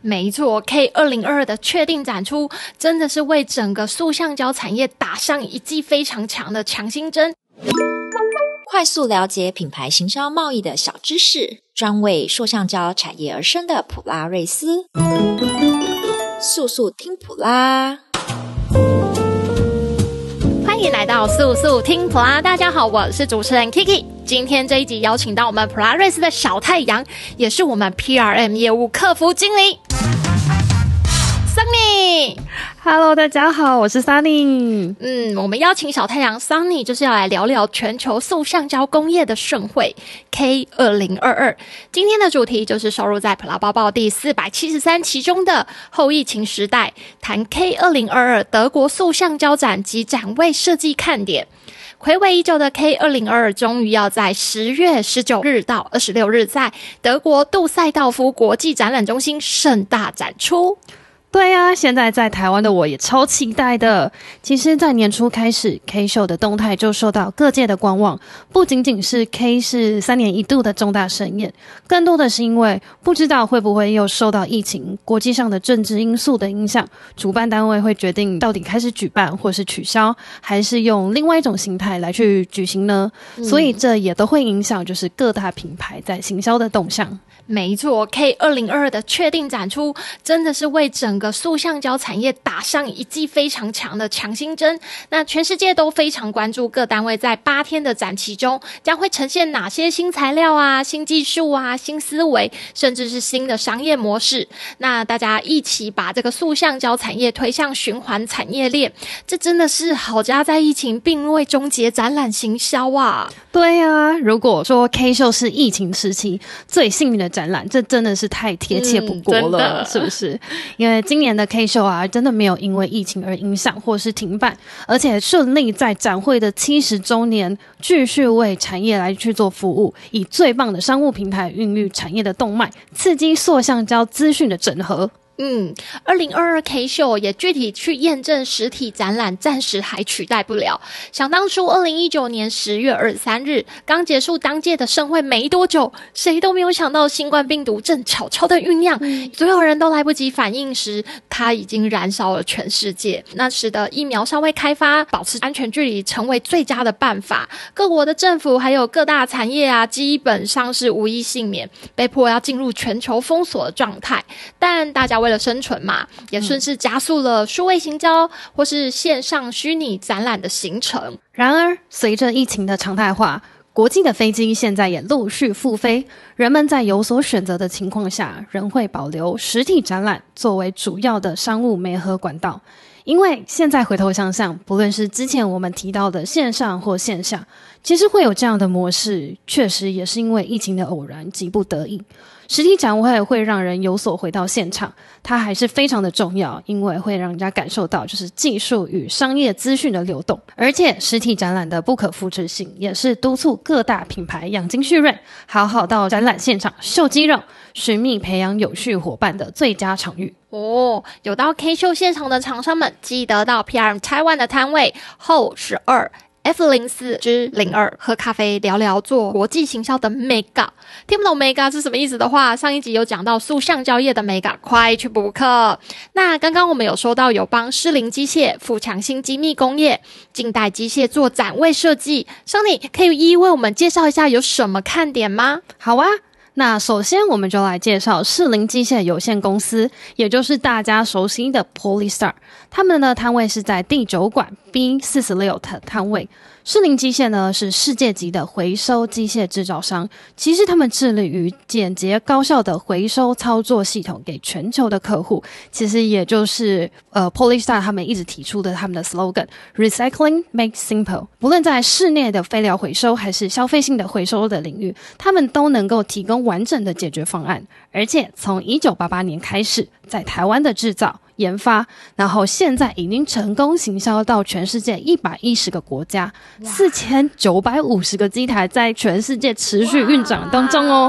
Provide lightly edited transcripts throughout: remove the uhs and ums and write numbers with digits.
没错 ，K2022 的确定展出，真的是为整个塑橡胶产业打上一剂非常强的强心针。 快速了解品牌行销贸易的小知识，专为塑橡胶产业而生的普拉瑞斯，速速听普拉。 欢迎来到速速听普拉，大家好，我是主持人 Kiki。今天这一集邀请到我们普拉瑞斯的小太阳，也是我们 PRM 业务客服经理 Sunny。Hello， 大家好，我是 Sunny。 我们邀请小太阳 Sunny 就是要来聊聊全球塑橡胶工业的盛会 K2022。今天的主题就是收录在普拉包报第473期中的后疫情时代，谈 K2022 德国塑橡胶展及展位设计看点。睽违已久的 K2022 终于要在10月19日到26日在德国杜塞道夫国际展览中心盛大展出。 对啊，现在在台湾的我也超期待的。其实在年初开始 K 秀的动态就受到各界的观望，不仅仅是 K 是3年一度的重大盛宴，更多的是因为不知道会不会又受到疫情国际上的政治因素的影响，主办单位会决定到底开始举办或是取消，还是用另外一种形态来去举行呢？所以这也都会影响就是各大品牌在行销的动向。 没错 ，K2022 的确定展出，真的是为整个塑橡胶产业打上一剂非常强的强心针。那全世界都非常关注各单位在8天的展期中将会呈现哪些新材料啊、新技术啊、新思维，甚至是新的商业模式。那大家一起把这个塑橡胶产业推向循环产业链，这真的是好家在疫情并未终结展览行销啊！ 对啊，如果说 K 秀是疫情时期最幸运的展览，这真的是太贴切不过了，是不是？因为今年的 K 秀啊，真的没有因为疫情而影响或是停办，而且顺利在展会的70周年继续为产业来去做服务，以最棒的商务平台孕育产业的动脉，刺激塑橡胶资讯的整合。 2022 K 秀也具体去验证实体展览暂时还取代不了。想当初2019年10月23日刚结束当届的盛会没多久，谁都没有想到新冠病毒正悄悄的酝酿，所有人都来不及反应时，它已经燃烧了全世界。那使得疫苗尚未开发，保持安全距离成为最佳的办法。各国的政府还有各大产业啊，基本上是无一幸免，被迫要进入全球封锁的状态。但大家为了生存嘛，也顺势加速了数位行销或是线上虚拟展览的形成。 然而，随着疫情的常态化，国际的飞机现在也陆续复飞，人们在有所选择的情况下，仍会保留实体展览作为主要的商务媒合管道。因为现在回头想想，不论是之前我们提到的线上或线下，其实会有这样的模式，确实也是因为疫情的偶然及不得已。实体展会让人有所回到现场，它还是非常的重要，因为会让人家感受到就是技术与商业资讯的流动，而且实体展览的不可复制性，也是督促各大品牌养精蓄锐，好好到展览现场秀肌肉，寻觅培养有序伙伴的最佳场域。 有到 K 秀现场的厂商们，记得到 PRM 台湾的摊位后12F04-02 喝咖啡聊聊做国际行销的 Mega。 听不懂 Mega 是什么意思的话，上一集有讲到塑橡胶业的 Mega， 快去补课。那刚刚我们有说到有帮士林机械、富强新机密工业、近代机械做展位设计，Sunny可以一一为我们介绍一下有什么看点吗？ 好啊，那首先我们就来介绍士林机械有限公司，也就是大家熟悉的 Polystar。 他们的摊位是在第9馆 B46 的摊位。士林机械呢是世界级的回收机械制造商，其实他们致力于简洁高效的回收操作系统给全球的客户，其实也就是Polystar 他们一直提出的他们的 slogan Recycling Makes Simple。 不论在室内的废料回收还是消费性的回收的领域，他们都能够提供完整的解决方案，而且从1988年开始在台湾的制造研发，然后现在已经成功行销到全世界110个国家，4950个机台在全世界持续运转当中哦。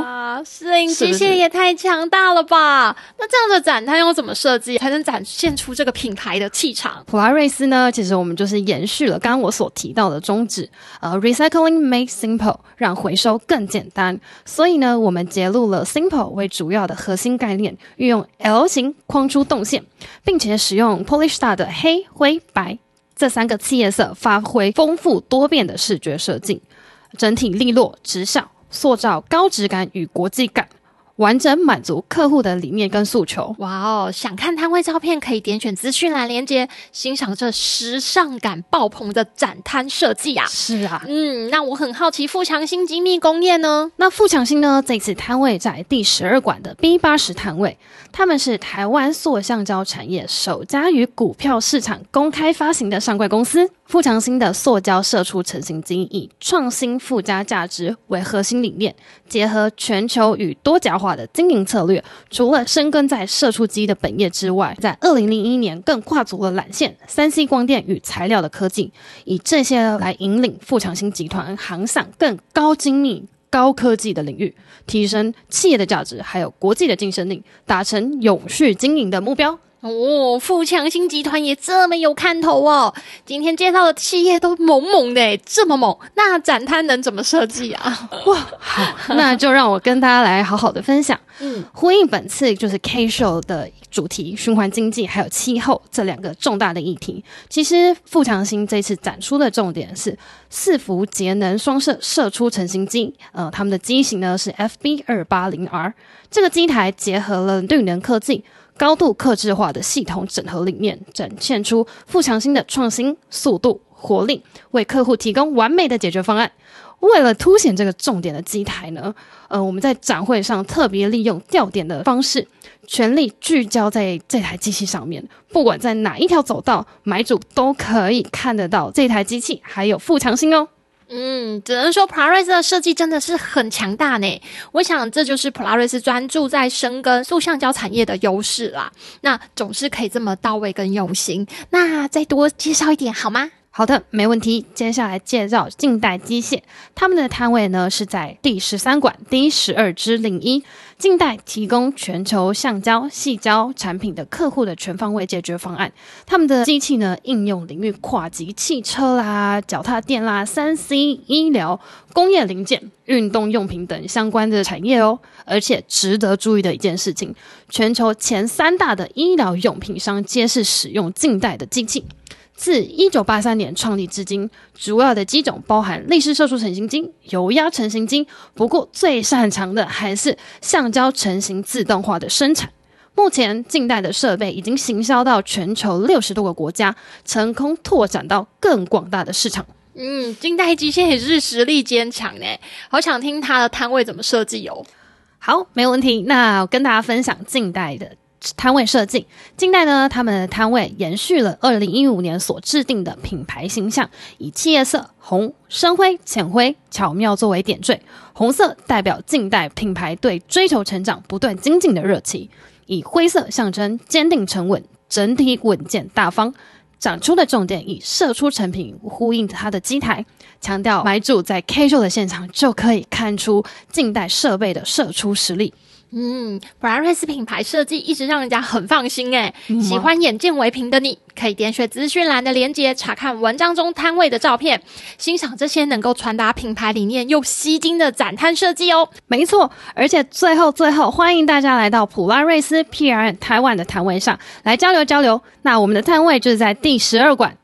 士林机械也太强大了吧？那这样的展摊要怎么设计才能展现出这个品牌的气场？ 普拉瑞斯呢，其实我们就是延续了刚刚我所提到的宗旨，recycling makes simple， 让回收更简单。所以呢，我们节录了 simple 为主要的核心概念，运用 L 型框出动线，并且使用 Polystar 的黑、灰、白这3个企业色，发挥丰富多变的视觉设计，整体利落直效，塑造高质感与国际感，完整满足客户的理念跟诉求。 哇哦！想看摊位照片，可以点选资讯栏连结，欣赏这时尚感爆棚的展摊设计啊！ 是啊， 那我很好奇富强新精密工业呢？ 那富强新呢，这次摊位在第12馆的 B80 摊位，他们是台湾塑橡胶产业首家于股票市场公开发行的上柜公司。富强新的塑胶射出成型机以创新附加价值为核心理念，结合全球与多角化的经营策略，除了深耕在射出机的本业之外，在2001年更跨足了缆线、3C 光电与材料的科技，以这些来引领富强新集团航向更高精密高科技的领域，提升企业的价值还有国际的竞争力，达成永续经营的目标。 富强新集团也这么有看头哦！今天介绍的企业都猛猛的耶，这么猛，那展摊能怎么设计啊？ 哇，好，那就让我跟大家来好好的分享。呼应本次就是 K Show 的主题，循环经济还有气候这2个重大的议题。其实富强新这次展出的重点是4伏节能双射射出成型机，他们的机型呢是 FB280R， 这个机台结合了绿能科技。高度客制化的系统整合理念，展现出富强新的创新、速度、活力，为客户提供完美的解决方案。为了凸显这个重点的机台呢，我们在展会上特别利用吊点的方式，全力聚焦在这台机器上面。不管在哪一条走道，买主都可以看得到这台机器，还有富强新哦。 只能说普拉瑞斯的设计真的是很强大呢。我想这就是普拉瑞斯专注在深耕塑橡胶产业的优势啦。那总是可以这么到位跟用心。那再多介绍一点好吗？ 好的，没问题。接下来介绍近代机械，他们的摊位呢是在第13馆第12之01。近代提供全球橡胶、矽胶产品的客户的全方位解决方案。他们的机器呢应用领域跨及汽车啦、脚踏垫啦、3C 医疗、工业零件、运动用品等相关的产业哦。而且值得注意的一件事情，全球前3大的医疗用品商皆是使用近代的机器。自1983年创立至今，主要的机种包含立式射出成型机、油压成型机，不过最擅长的还是橡胶成型自动化的生产。目前近代的设备已经行销到全球60多个国家，成功拓展到更广大的市场。 近代机械也是实力坚强呢，好想听它的摊位怎么设计哦。 好，没问题。那我跟大家分享近代的摊位设计。近代呢，他们的摊位延续了2015年所制定的品牌形象，以企业色红、深灰、浅灰巧妙作为点缀。红色代表近代品牌对追求成长、不断精进的热情，以灰色象征坚定沉稳，整体稳健大方。展出的重点以射出成品呼应它的机台，强调买主在 K Show 的现场就可以看出近代设备的射出实力。 普拉瑞斯品牌设计一直让人家很放心耶。喜欢眼见为凭的你，可以点选资讯栏的连结，查看文章中摊位的照片，欣赏这些能够传达品牌理念又吸睛的展摊设计哦。 没错，而且最后欢迎大家来到普拉瑞斯 PRM 台湾的摊位上来交流。那我们的摊位就是在第12馆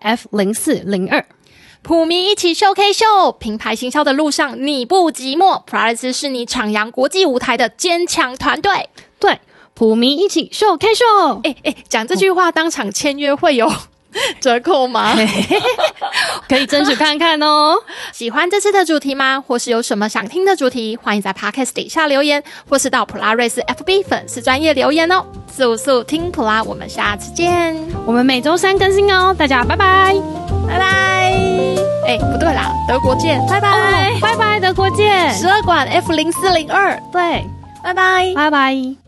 F0402。 普迷一起秀 K 秀，品牌行销的路上你不寂寞。普拉瑞斯是你徜徉国际舞台的坚强团队。 对，普迷一起秀 K 秀。 讲这句话当场签约会有折扣吗？ 可以争取看看哦。 喜欢这次的主题吗？或是有什么想听的主题，欢迎在 Podcast 底下留言，或是到普拉瑞斯 FB 粉丝专页留言哦。速速听普拉，我们下次见。 我们每周3更新哦，大家拜拜， 拜拜。不对啦，德国见，拜拜， 拜拜，德国见。 12馆 F0402， 对， 拜拜， 拜拜。